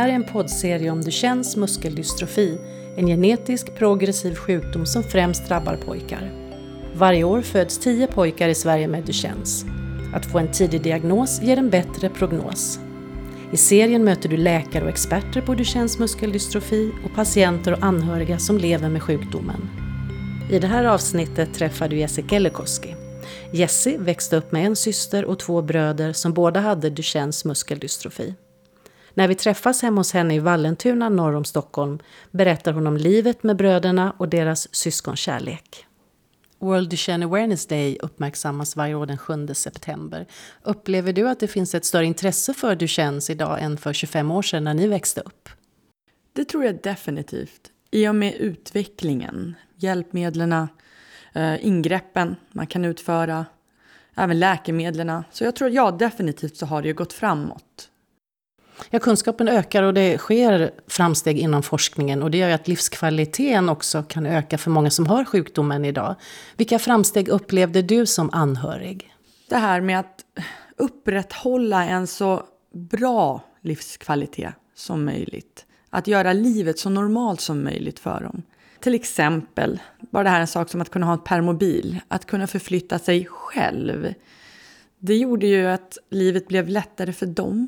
här är en poddserie om Duchennes muskeldystrofi, en genetisk progressiv sjukdom som främst drabbar pojkar. Varje år föds 10 pojkar i Sverige med Duchennes. Att få en tidig diagnos ger en bättre prognos. I serien möter du läkare och experter på Duchennes muskeldystrofi och patienter och anhöriga som lever med sjukdomen. I det här avsnittet träffar du Jessica Elikoski. Jessie växte upp med en syster och 2 bröder som båda hade Duchennes muskeldystrofi. När vi träffas hemma hos henne i Vallentuna norr om Stockholm berättar hon om livet med bröderna och deras syskonkärlek. World Duchenne Awareness Day uppmärksammas varje år den 7 september. Upplever du att det finns ett större intresse för Duchennes idag än för 25 år sedan när ni växte upp? Det tror jag definitivt. I och med utvecklingen, hjälpmedlen, ingreppen man kan utföra, även läkemedlen. Så jag tror definitivt så har det ju gått framåt. Ja, kunskapen ökar och det sker framsteg inom forskningen och det gör ju att livskvaliteten också kan öka för många som har sjukdomen idag. Vilka framsteg upplevde du som anhörig? Det här med att upprätthålla en så bra livskvalitet som möjligt. Att göra livet så normalt som möjligt för dem. Till exempel, bara det här en sak som att kunna ha en permobil. Att kunna förflytta sig själv. Det gjorde ju att livet blev lättare för dem.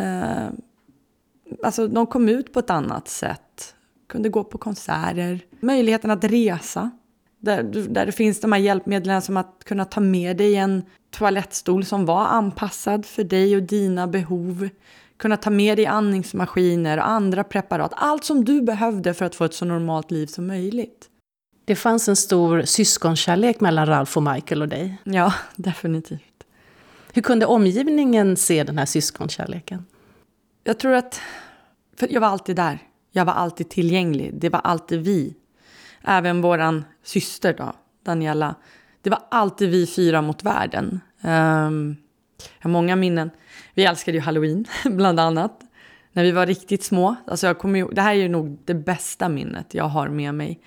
Alltså de kom ut på ett annat sätt. Kunde gå på konserter. Möjligheten att resa. Där det finns de här hjälpmedlen som att kunna ta med dig en toalettstol som var anpassad för dig och dina behov. Kunna ta med dig andningsmaskiner och andra preparat. Allt som du behövde för att få ett så normalt liv som möjligt. Det fanns en stor syskonkärlek mellan Ralph och Michael och dig. Ja, definitivt. Hur kunde omgivningen se den här syskonkärleken? Jag tror att för jag var alltid där. Jag var alltid tillgänglig. Det var alltid vi. Även våran syster då, Daniela. Det var alltid vi 4 mot världen. Jag har många minnen. Vi älskade ju Halloween, bland annat. När vi var riktigt små. Alltså det här är ju nog det bästa minnet jag har med mig.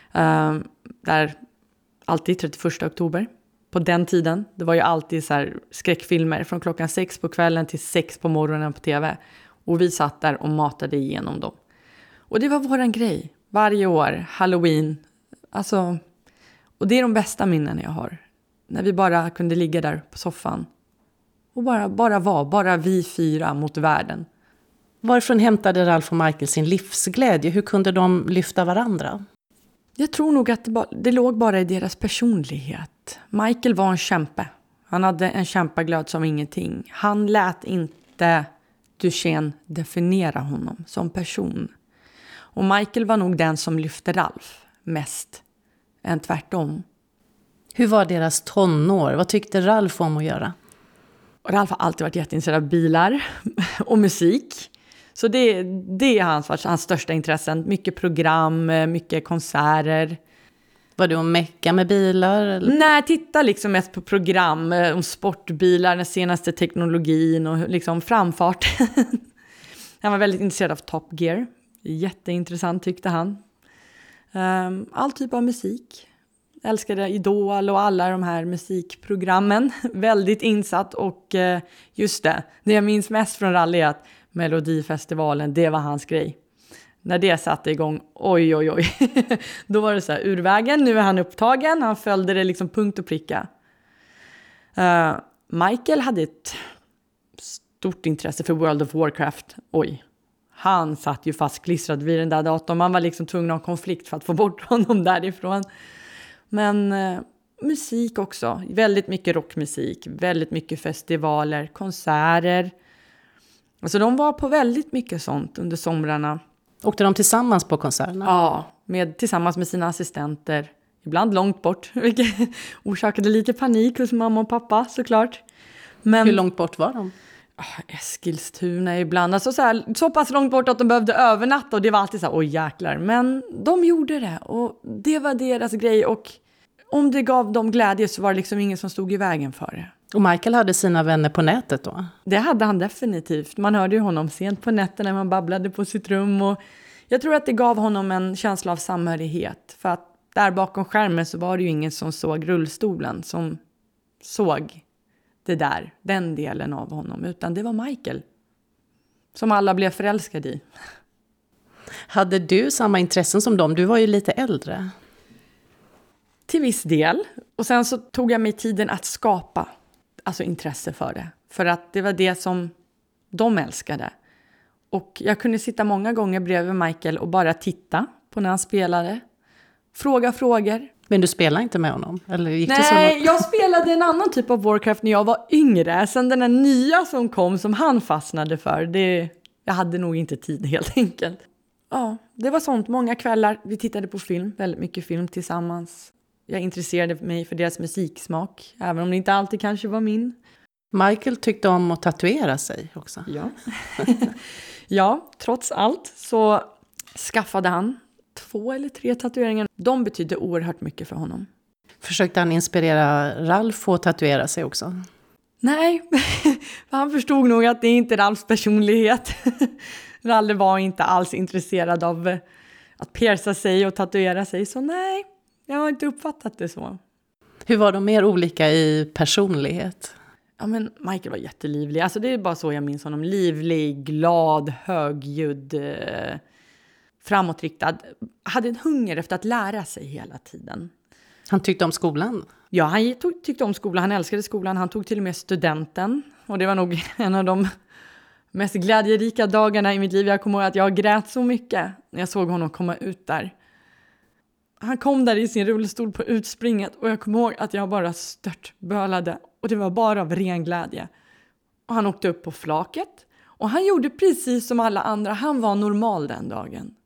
Där alltid 31 oktober. På den tiden, det var ju alltid så här skräckfilmer från klockan 6 på kvällen till 6 på morgonen på tv. Och vi satt där och matade igenom dem. Och det var våran grej. Varje år, Halloween. Alltså, och det är de bästa minnen jag har. När vi bara kunde ligga där på soffan. Och bara vi 4 mot världen. Varifrån hämtade Ralph och Michael sin livsglädje? Hur kunde de lyfta varandra? Jag tror nog att det låg bara i deras personlighet. Michael var en kämpe. Han hade en kämpaglöd som ingenting. Han lät inte Duchenne definiera honom som person. Och Michael var nog den som lyfte Ralph mest än tvärtom. Hur var deras tonår? Vad tyckte Ralph om att göra? Och Ralph har alltid varit jätteintresserad av bilar och musik. Så det är hans största intressen. Mycket program, mycket konserter. Var du och mecka med bilar? Eller? Nej, titta liksom mest på program om sportbilar, den senaste teknologin och liksom framfart. Han var väldigt intresserad av Top Gear. Jätteintressant tyckte han. All typ av musik. Älskade Idol och alla de här musikprogrammen. Väldigt insatt och just det jag minns mest från rally är att Melodifestivalen, det var hans grej. När det satte igång, oj. Då var det så här, ur vägen, nu är han upptagen. Han följde det liksom punkt och pricka. Michael hade ett stort intresse för World of Warcraft. Han satt ju fastklistrad vid den där datorn. Man var liksom tvungen att ha konflikt för att få bort honom därifrån. Men musik också. Väldigt mycket rockmusik. Väldigt mycket festivaler, konserter. Alltså de var på väldigt mycket sånt under somrarna. Åkte de tillsammans på konserterna? Ja, tillsammans med sina assistenter. Ibland långt bort, vilket orsakade lite panik hos mamma och pappa såklart. Men, hur långt bort var de? Eskilstuna ibland. Alltså så pass långt bort att de behövde övernatta och det var alltid så här, jäklar. Men de gjorde det och det var deras grej och om det gav dem glädje så var det liksom ingen som stod i vägen för det. Och Michael hade sina vänner på nätet då? Det hade han definitivt. Man hörde ju honom sent på nätten när man babblade på sitt rum. Och jag tror att det gav honom en känsla av samhörighet. För att där bakom skärmen så var det ju ingen som såg rullstolen. Som såg den delen av honom. Utan det var Michael. som alla blev förälskade i. Hade du samma intressen som dem? Du var ju lite äldre. Till viss del. Och sen så tog jag mig tiden att skapa alltså intresse för det. För att det var det som de älskade. Och jag kunde sitta många gånger bredvid Michael och bara titta på när han spelade. Fråga frågor. Men du spelade inte med honom? Eller gick Nej, det så? jag spelade en annan typ av Warcraft när jag var yngre. Sen den här nya som kom som han fastnade för. Jag hade nog inte tid helt enkelt. Ja, det var sånt. Många kvällar. Vi tittade på film. Väldigt mycket film tillsammans. Jag intresserade mig för deras musiksmak. Även om det inte alltid kanske var min. Michael tyckte om att tatuera sig också. Ja. Ja, trots allt så skaffade han 2 eller 3 tatueringar. De betydde oerhört mycket för honom. Försökte han inspirera Ralf att tatuera sig också? Nej, han förstod nog att det är inte Ralfs personlighet. Ralle var inte alls intresserad av att pierca sig och tatuera sig. Så nej, jag har inte uppfattat det så. Hur var de mer olika i personlighet? Ja, men Michael var jättelivlig. Alltså det är bara så jag minns honom. Livlig, glad, högljudd, framåtriktad. Hade en hunger efter att lära sig hela tiden. Han tyckte om skolan? Ja, han tyckte om skolan. Han älskade skolan. Han tog till och med studenten. Och det var nog en av de mest glädjerika dagarna i mitt liv. Jag kommer ihåg att jag grät så mycket när jag såg honom komma ut där. Han kom där i sin rullstol på utspringet. Och jag kommer ihåg att jag bara störtbölade. Och det var bara av ren glädje. Och han åkte upp på flaket. Och han gjorde precis som alla andra. Han var normal den dagen.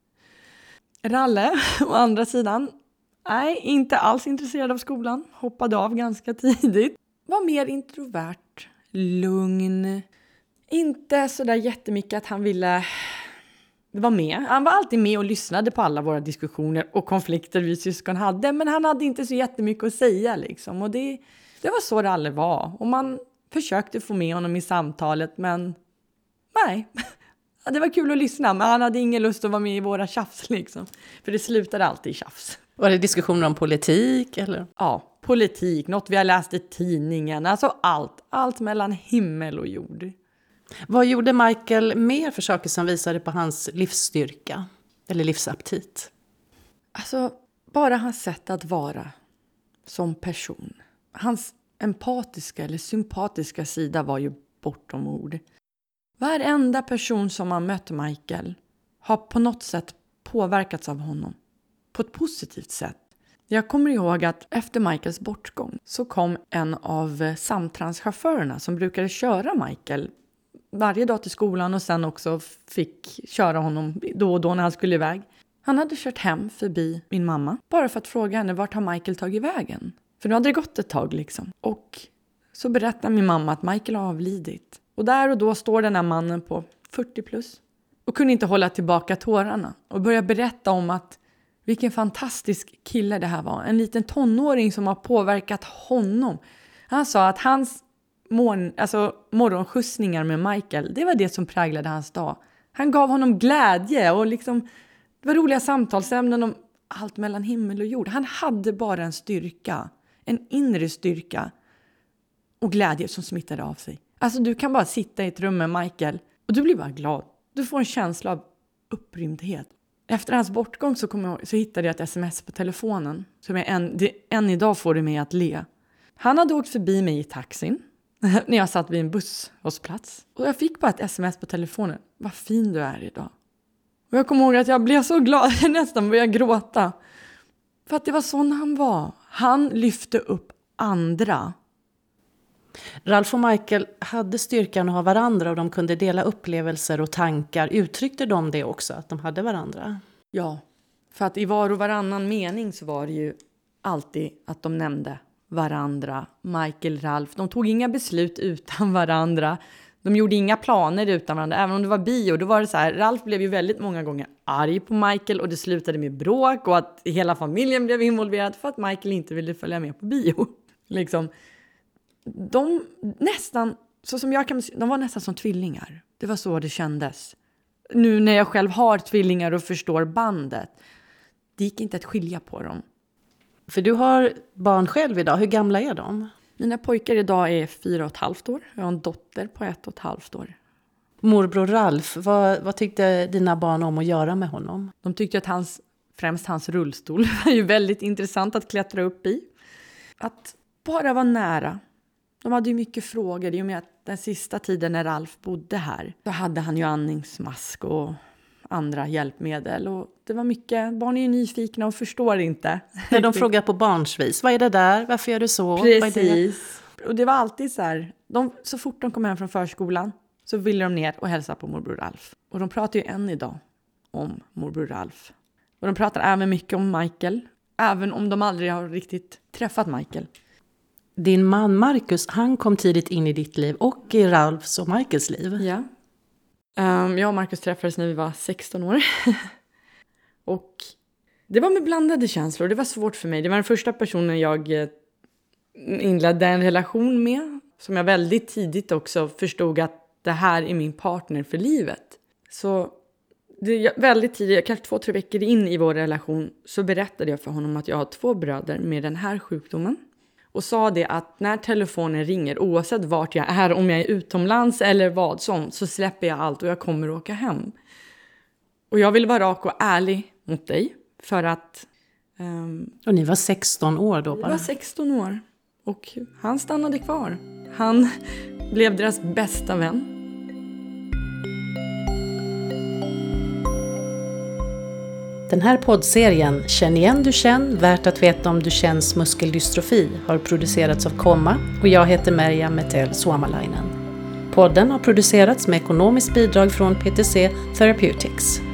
Ralle, å andra sidan, nej, inte alls intresserad av skolan. Hoppade av ganska tidigt. Var mer introvert, lugn. Inte så där jättemycket att han ville vara med. Han var alltid med och lyssnade på alla våra diskussioner och konflikter vi syskon hade. Men han hade inte så jättemycket att säga liksom. Och det var så Ralle var. Och man försökte få med honom i samtalet, men nej. Det var kul att lyssna, men han hade ingen lust att vara med i våra tjafs liksom. För det slutade alltid i tjafs. Var det diskussioner om politik eller? Ja, politik, något vi har läst i tidningen. Alltså allt mellan himmel och jord. Vad gjorde Michael mer för saker som visade på hans livsstyrka? Eller livsaptit? Alltså, bara hans sätt att vara som person. Hans empatiska eller sympatiska sida var ju bortom ord. Varenda person som har mött Michael har på något sätt påverkats av honom. På ett positivt sätt. Jag kommer ihåg att efter Michaels bortgång så kom en av samtranschaufförerna som brukade köra Michael varje dag till skolan och sen också fick köra honom då och då när han skulle iväg. Han hade kört hem förbi min mamma bara för att fråga henne vart har Michael tagit vägen. För nu hade det gått ett tag liksom. Och så berättar min mamma att Michael har avlidit. Och där och då står den här mannen på 40 plus och kunde inte hålla tillbaka tårarna. Och börjar berätta om att vilken fantastisk kille det här var. En liten tonåring som har påverkat honom. Han sa att hans morgonskjutsningar med Michael, det var det som präglade hans dag. Han gav honom glädje och liksom, det var roliga samtalsämnen om allt mellan himmel och jord. Han hade bara en styrka, en inre styrka och glädje som smittade av sig. Alltså du kan bara sitta i ett rum med Michael och du blir bara glad. Du får en känsla av upprymdhet. Efter hans bortgång så hittade jag ett sms på telefonen. Som än idag får det mig att le. Han hade åkt förbi mig i taxin. När jag satt vid en busshållplats. Och jag fick bara ett sms på telefonen. Vad fin du är idag. Och jag kommer ihåg att jag blev så glad. Jag nästan började gråta. För att det var sån han var. Han lyfte upp andra. Ralf och Michael hade styrkan att ha varandra och de kunde dela upplevelser och tankar. Uttryckte de det också, att de hade varandra? Ja, för att i var och varannan mening så var det ju alltid att de nämnde varandra. Michael, Ralf, de tog inga beslut utan varandra. De gjorde inga planer utan varandra. Även om det var bio, då var det så här. Ralf blev ju väldigt många gånger arg på Michael och det slutade med bråk och att hela familjen blev involverad för att Michael inte ville följa med på bio. Liksom. De nästan, så som jag kan säga, de var nästan som tvillingar. Det var så det kändes. Nu när jag själv har tvillingar och förstår bandet. Det gick inte att skilja på dem. För du har barn själv idag. Hur gamla är de? Mina pojkar idag är 4,5 år. Jag har en dotter på 1,5 år. Morbror Ralf, vad tyckte dina barn om att göra med honom? De tyckte att främst hans rullstol var ju väldigt intressant att klättra upp i. Att bara vara nära. De hade ju mycket frågor i och med att den sista tiden när Ralf bodde här så hade han ju andningsmask och andra hjälpmedel. Och det var mycket, barn är ju nyfikna och förstår inte. När de frågar på barnsvis, vad är det där? Varför gör du så? Precis. Och det var alltid så här, så fort de kom hem från förskolan så ville de ner och hälsa på morbror Ralf. Och de pratar ju än idag om morbror Ralf. Och de pratar även mycket om Michael. Även om de aldrig har riktigt träffat Michael. Din man Marcus, han kom tidigt in i ditt liv och i Ralfs och Michaels liv. Ja. Jag och Marcus träffades när vi var 16 år. Och det var med blandade känslor. Det var svårt för mig. Det var den första personen jag inledde en relation med. Som jag väldigt tidigt också förstod att det här är min partner för livet. Så väldigt tidigt, kanske 2-3 veckor in i vår relation, så berättade jag för honom att jag har 2 bröder med den här sjukdomen. Och sa det att när telefonen ringer, oavsett vart jag är, om jag är utomlands eller vad som, så släpper jag allt och jag kommer åka hem. Och jag vill vara rak och ärlig mot dig för att... Och ni var 16 år då bara? Vi var 16 år och han stannade kvar. Han blev deras bästa vän. Den här poddserien Känn igen Duchenne, värt att veta om Duchennes muskeldystrofi har producerats av Komma och jag heter Merja Metell Suomalainen. Podden har producerats med ekonomiskt bidrag från PTC Therapeutics.